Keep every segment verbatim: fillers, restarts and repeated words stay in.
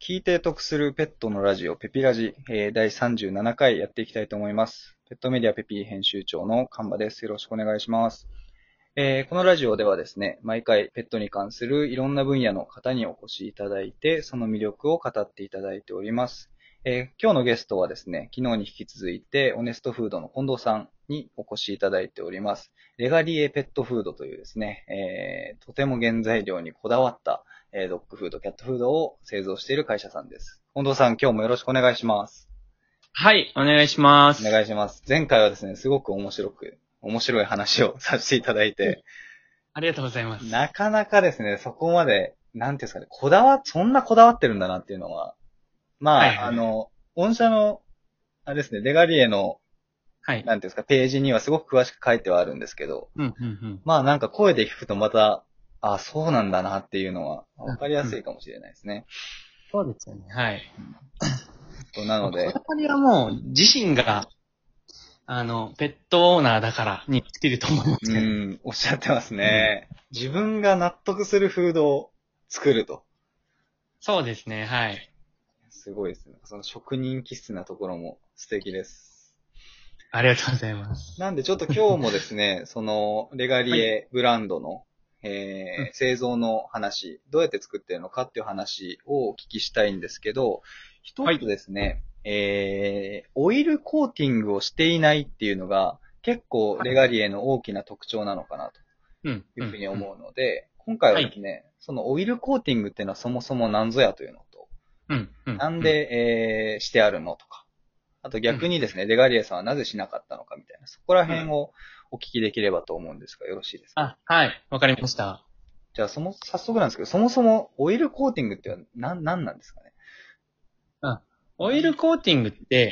聞いて得するペットのラジオ、ペピラジ、えー、だいさんじゅうななかいやっていきたいと思います。ペットメディアペピ編集長のカンバです。よろしくお願いします。えー、このラジオではですね、毎回ペットに関するいろんな分野の方にお越しいただいて、その魅力を語っていただいております。えー、今日のゲストはですね、昨日に引き続いて、オネストフードの近藤さんにお越しいただいております。レガリエペットフードというですね、えー、とても原材料にこだわった、えー、ドッグフード、キャットフードを製造している会社さんです。近藤さん、今日もよろしくお願いします。 はい、お願いします。 お願いします。前回はですね、すごく面白く、面白い話をさせていただいて、 ありがとうございます。 なかなかですね、そこまで、なんていうんですかね、こだわ、そんなこだわってるんだなっていうのは、まあ、はいはい、あの、御社の、あれですね、レガリエの、はい、なんていうんですか、ページにはすごく詳しく書いてはあるんですけど、 うんうんうん、 まあなんか声で聞くとまた、あ、そうなんだなっていうのは分かりやすいかもしれないですね。 うんうん、そうですよね、はい。 うん、なので。 こだわりはもう自身が、あの、ペットオーナーだからに尽きると思いますけど。 うん、おっしゃってますね、うん。自分が納得するフードを作ると。 そうですね、はい。 すごいですね。その職人気質なところも素敵です。 ありがとうございます。 なんでちょっと今日もですね、そのレガリエブランドの、はい、えー、製造の話、どうやって作ってるのかっていう話をお聞きしたいんですけど、一つですね、はい、えー、オイルコーティングをしていないっていうのが結構レガリエの大きな特徴なのかなというふうに思うので、今回はですね、はい、そのオイルコーティングっていうのはそもそも何ぞやというのと、 うんうん、 なんで、えー、してあるのとか、あと逆にですね、うん、レガリエさんはなぜしなかったのかみたいな、そこら辺をお聞きできればと思うんですが、よろしいですか？ あ、はい、わかりました。 じゃあ、そも、早速なんですけど、そもそもオイルコーティングって何、何なんですかね？ うん。オイルコーティングって、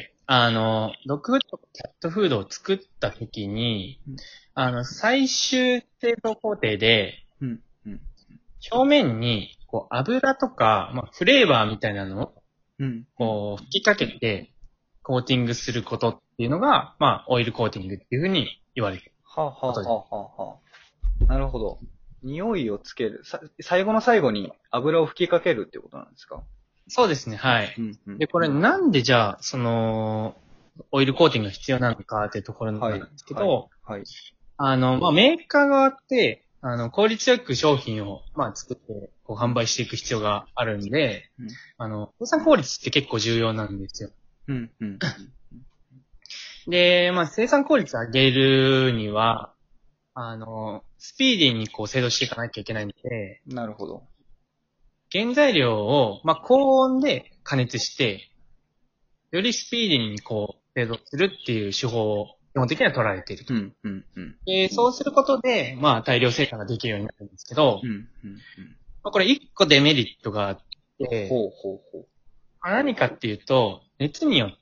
あの、ドッグフードとキャットフードを作った時に、うん、あの、最終製造工程で、うんうん、表面に、こう、油とか、まあ、フレーバーみたいなのを、うん、こう、吹きかけて、コーティングすることっていうのが、まあ、オイルコーティングっていうふうに言われている。 はあ、はあはあはあ、なるほど。匂いをつける。さ、最後の最後に油を吹きかけるっていうことなんですか？ そうですね、はい。うんうん、で、これなんでじゃあ、その、オイルコーティングが必要なのかっていうところなんですけど、はいはいはい、あの、まあ、メーカー側って、あの、効率よく商品を、まあ、作って、こう、販売していく必要があるんで、うん、あの、生産効率って結構重要なんですよ。うんうん、で、まあ、生産効率を上げるには、あの、スピーディーにこう、製造していかなきゃいけないので、 なるほど。 原材料を、まあ、高温で加熱して、よりスピーディーにこう、製造するっていう手法を基本的には取られていると。うんうんうん、でそうすることで、まあ、大量生産ができるようになるんですけど、うんうんうんまあ、これ一個デメリットがあって、ほうほうほう何かっていうと、熱によって、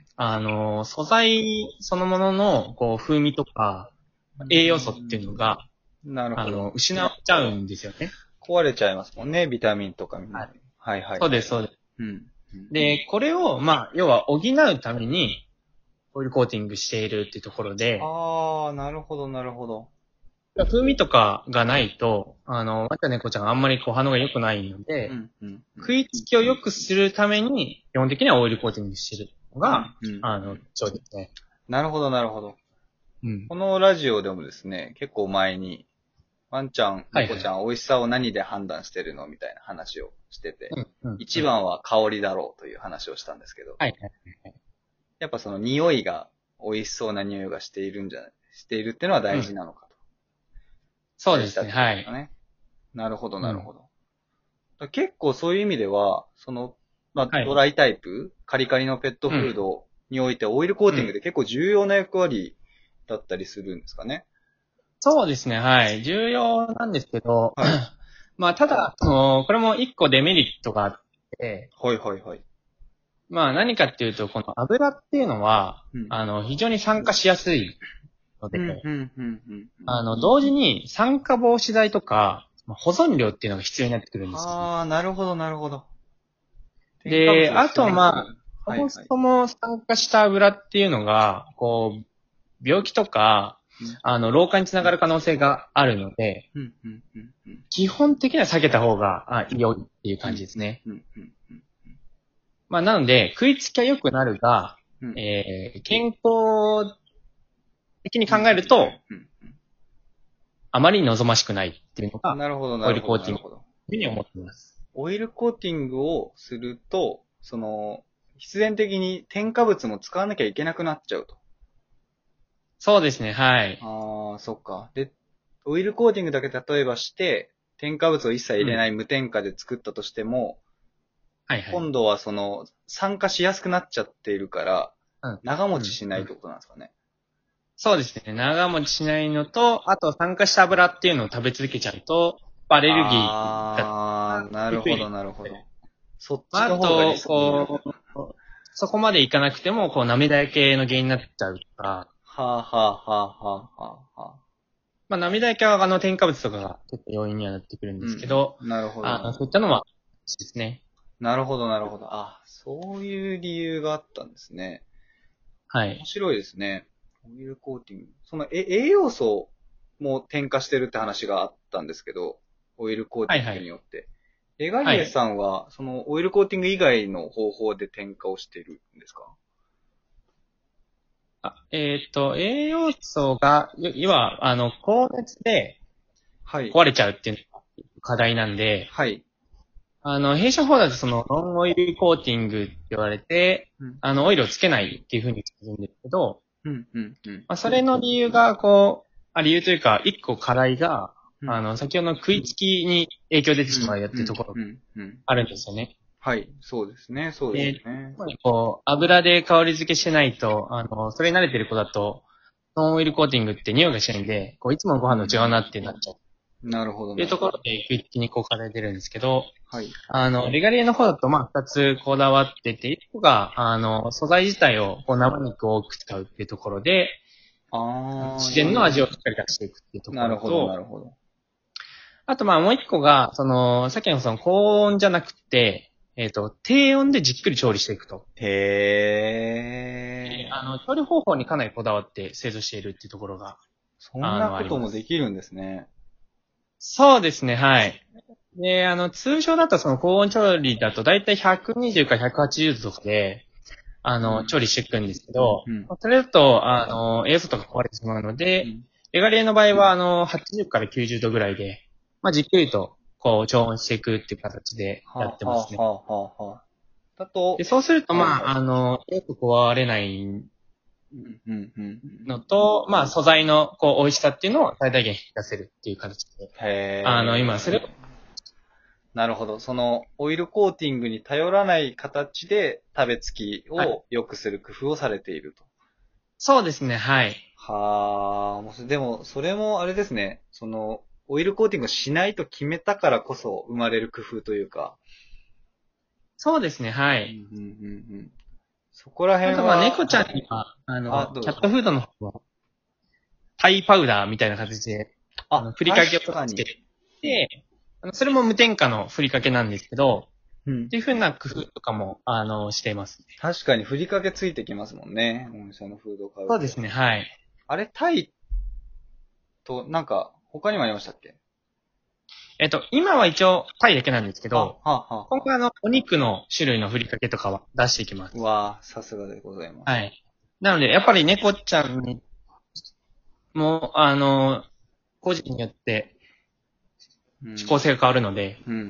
あの、素材そのものの、こう、風味とか、栄養素っていうのが、なるほど。あの、失っちゃうんですよね。 壊れちゃいますもんね、ビタミンとかみんな。はい、はいはい。 そうです、そうです。うん。で、これを、まあ、要は補うために、オイルコーティングしているっていうところで。 ああ、なるほど、なるほど。 風味とかがないと、あの、ワンちゃん猫ちゃんあんまりこう反応が良くないので、うんうんうん、食いつきを良くするために、基本的にはオイルコーティングしてるのが、うんうん、あの、特徴ですね。 なるほど、なるほど。うん、このラジオでもですね、結構前に、ワンちゃん、猫ちゃん、はいはい、美味しさを何で判断してるのみたいな話をしてて、うんうんうん、一番は香りだろうという話をしたんですけど、はいはいはい、やっぱその匂いが美味しそうな匂いがしているんじゃない、しているっていうのは大事なのかと。うん、 そうですね、はい。 なるほど、なるほど。うん、結構そういう意味では、その、まあ、ドライタイプ、はい、カリカリのペットフードにおいてオイルコーティングで結構重要な役割だったりするんですかね。 そうですね、はい。重要なんですけど、はい、まあ、ただ、これも一個デメリットがあって、 はいはいはい。 まあ、何かっていうと、この油っていうのは、うん、あの、非常に酸化しやすいので、あの、同時に酸化防止剤とか、保存料っていうのが必要になってくるんですよ、ね。 ああ、なるほど、なるほど。 で、あと、まあ、そもそも酸化した油っていうのが、こう、病気とか、あの、老化につながる可能性があるので、うんうんうんうん、基本的には避けた方が良いっていう感じですね。うんうんうんうん、 まあ、なので、食いつきは良くなるが、 うん、 えー、健康的に考えると、 うんうんあまり望ましくないっていうのが、 なるほど、なオイるほど、 ルコーティングとなるほど。 いうふうに思っています。 オイルコーティングをすると、その、必然的に添加物も使わなきゃいけなくなっちゃうと。 そうですね、はい。 ああ、そっか。で、オイルコーティングだけ例えばして、添加物を一切入れない無添加で作ったとしても、 はいはい。 今度はその、酸化しやすくなっちゃっているから、 うん。 長持うんうんちしないってことなんですかね。 そうですね。長持ちしないのと、あと酸化した油っていうのを食べ続けちゃうと、アレルギーがあー、なるほど、 低い。 なるほど。そっまあ、 ちのあと、 方がリスクになる。 こう、そこまでいかなくても、こう、涙焼けの原因になっちゃうとか、 はあ、はあ、はあ、はあ、はあ、はあ。 まあ、涙焼けはあの添加物とかが結構要因にはなってくるんですけど、 うん。なるほど、 あの、 なるほど。 そういったのは、ですね。 なるほど、なるほど。あ、そういう理由があったんですね。面はい。 白いですね。オイルコーティング。その、え、栄養素も添加してるって話があったんですけど、オイルコーティンはいはい。 グによって。レガはい。 リエさんは、その、オイルコーティング以外の方法で添加をしてるんですか？ あ、えっと、栄養素が、い要は、あの、高熱ではい。 壊れちゃうっていうのが課題なんで、 はい。 あの、弊社法だとその、ノンオイルコーティングって言われて、 うん。 あの、オイルをつけないっていう風にするんですけど、 うん、うん、うん。 まあ、それの理由が、こう、あ、理由というか、一個課題が、 うん、 あの、先ほどの食いつきに影響出てしまうよっうん、 ていうところがうん、うん。 あるんですよね。 はい。そうですね、そうですで、 ね。 つまりこう、油で香り付けしてないと、あの、それに慣れてる子だと、ノンオイルコーティングって匂いがしないんで、こう、いつものご飯と違うなってなっちゃう。 なるほど、 っていうとなるほど。 ころで食いつきに効果が出るんですけど、 はい。 あの、レガリエの方だと、まあ、二つこだわってて、一個が、あの、素材自体を、こう、生肉を多く使うっていうところで、 あー、 自然の味をしっかり出していくっていうとこなるほど、なろと、 るほど。 あと、まあ、もう一個が、その、さっきのその、高温じゃなくて、えっと、低温でじっくり調理していくと。でへー。 あの、調理方法にかなりこだわって製造しているっていうところが、 そんあの、あなことります。 もできるんですね。 そうですね、はい。で、あの、通常だとその高温調理だと、だいたいひゃくにじゅうからひゃくはちじゅうどとかで、あの、 うん。 調理していくんですけど、 うん。 それだと、あの、栄養素とか壊れてしまうので、 うん。 レガリエの場合は、あの、はちじゅうからきゅうじゅうどぐらいで、まあ、じっくりと、こう、調温していくっていう形でやはあ、はあ、 ってますね。 はあ、はあ、はあ。だと、 で、そうすると、まあ、 はいはい。 あの、よく壊れないうん、うん、うん。 のと、まあ、素材の、こう、美味しさっていうのを最大限引き出せるっていう形で、あの、今、それを、 へー。なるほど。その、オイルコーティングに頼らない形で食べつきはい。 を良くする工夫をされていると。 そうですね、はい。 はあ、もうでも、それもあれですね。その、オイルコーティングをしないと決めたからこそ生まれる工夫というか。 そうですね、はうん、 い。 うん、うん、うん。そこらあと、まあ、 辺は、 猫ちゃんはい。 には、ああ、 の、 どうぞ。 キャットフードの方は、タイパウダーみたいな形で、あの、 あ、 ふりかけを確かに。 つけて、あの、それも無添加のふりかけなんですけど、 うん。 っていう風な工夫とかも、あの、しています。 確かに、ふりかけついてきますもんね。お店のフードを買うと。 そうですね、はい。 あれ、タイと、なんか、他にもありましたっけ？ えっと、今は一応、タイだけなんですけあ、 ど、 はあ、はあ、はあ。 今後あの、お肉の種類のふりかけとかは出していきます。 うわぁ、さすがでございます。 はい。なので、やっぱり猫ちゃんにも、あの、個人によってうん。 指向性が変わるので、 うん、うん。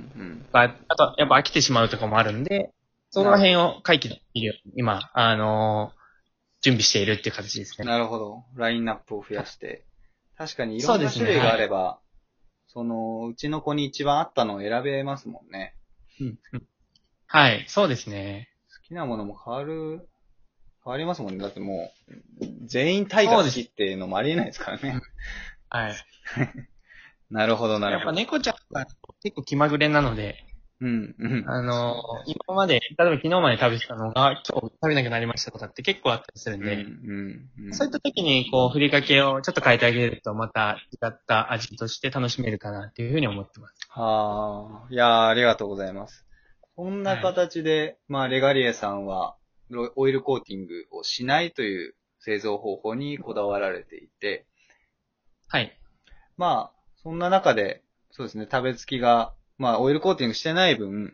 ああと、やっぱ飽きてしまうとかもあるんで、そこら辺なるほど。 を回帰できるように、今、あの準備しているっていう形ですね。 なるほど。ラインナップを増やして。確かにいろそうですね、 んな種類がはい。 あれば、その、うちの子に一番合ったのを選べますもんね。 うんうんはい、そうですね。 好きなものも変わる、変わりますもんね。だってもう、全員タイがそうです。 好きっていうのもありえないですからね。 うんはい。 なるほど、なるやっぱほど。 猫ちゃんが結構気まぐれなので、 うん、うん。 あの今まで、例えば昨日まで食べてたのが、今日食べなくなりましたとかって結構あったりするんうん、 で、 うん、うん。 そういった時に、こう、ふりかけをちょっと変えてあげると、また違った味として楽しめるかなっていうふうに思ってます。 はあ、いやー、ありがとうございます。こんなはい。 形で、まあ、レガリエさんは、ロオイルコーティングをしないという製造方法にこだわられていて、 はい。 まあ、そんな中で、そうですね、食べつきが、まあ、オイルコーティングしてない分、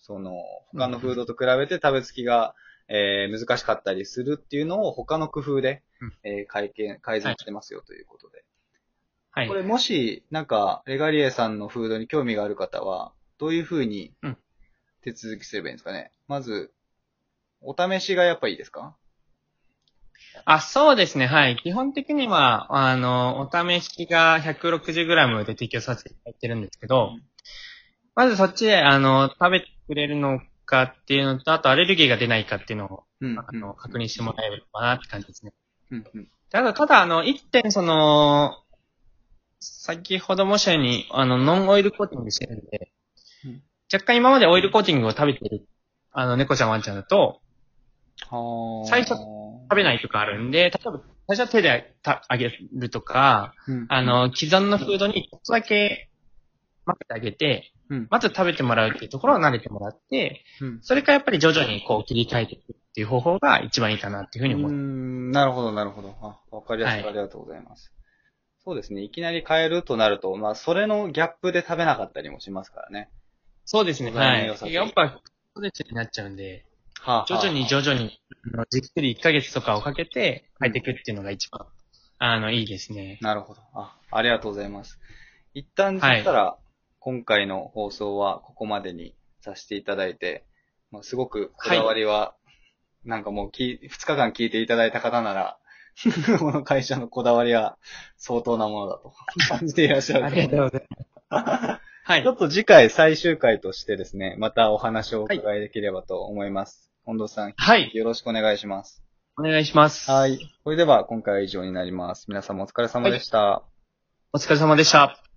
その、他のフードと比べて食べつきが、えー、難しかったりするっていうのを他の工夫で、えー、改善、改善してますよということで。はい。これもし、なんか、レガリエさんのフードに興味がある方は、どういうふうに手続きすればいいんですかね。まず、お試しがやっぱいいですか？ あ、そうですね。はい。基本的には、あの、お試しが ひゃくろくじゅうグラム で提供させていただいてるんですけど、うん、まずそっちで、あの、食べてくれるのかっていうのと、あとアレルギーが出ないかっていうのを、うん、あの、確認してもらえればなって感じですね。うんうん、ただ、ただ、あの、一点、その、先ほど申したように、あの、ノンオイルコーティングしてるんで、うん、若干今までオイルコーティングを食べてる、あの、猫ちゃんワンちゃんだと、最初食べないとかあるんで、例えば最初は手であげるとか、うん、あの、既存のフードにちょっとだけ混ぜてあげて、うん、まず食べてもらうっていうところを慣れてもらって、うん、それからやっぱり徐々にこう切り替えていくっていう方法が一番いいかなっていうふうに思います。うーん、なるほど、なるほど。あ、わかりやすくありがとうございます。はい、そうですね。いきなり変えるとなると、まあ、それのギャップで食べなかったりもしますからね。 そうですね。はい。やっぱ、ストレスになっちゃうんで、はあはあ、徐々に徐々に、じっくりいっかげつとかをかけて変えていくっていうのが一番、うん、あの、いいですね。 なるほど。あ、ありがとうございます。一旦、そしたら、はい、今回の放送はここまでにさせていただいて、まあ、すごくこだわりは、はい、なんかもうき、ふつかかん聞いていただいた方なら、この会社のこだわりは相当なものだと感じていらっしゃると思います。ありがとうございます。はい。ちょっと次回最終回としてですね、またお話をお伺いできればと思います。はい、近藤さん。はい。よろしくお願いします。 お願いします。 はい。それでは今回は以上になります。皆様お疲れ様でした。はい、 お疲れ様でした。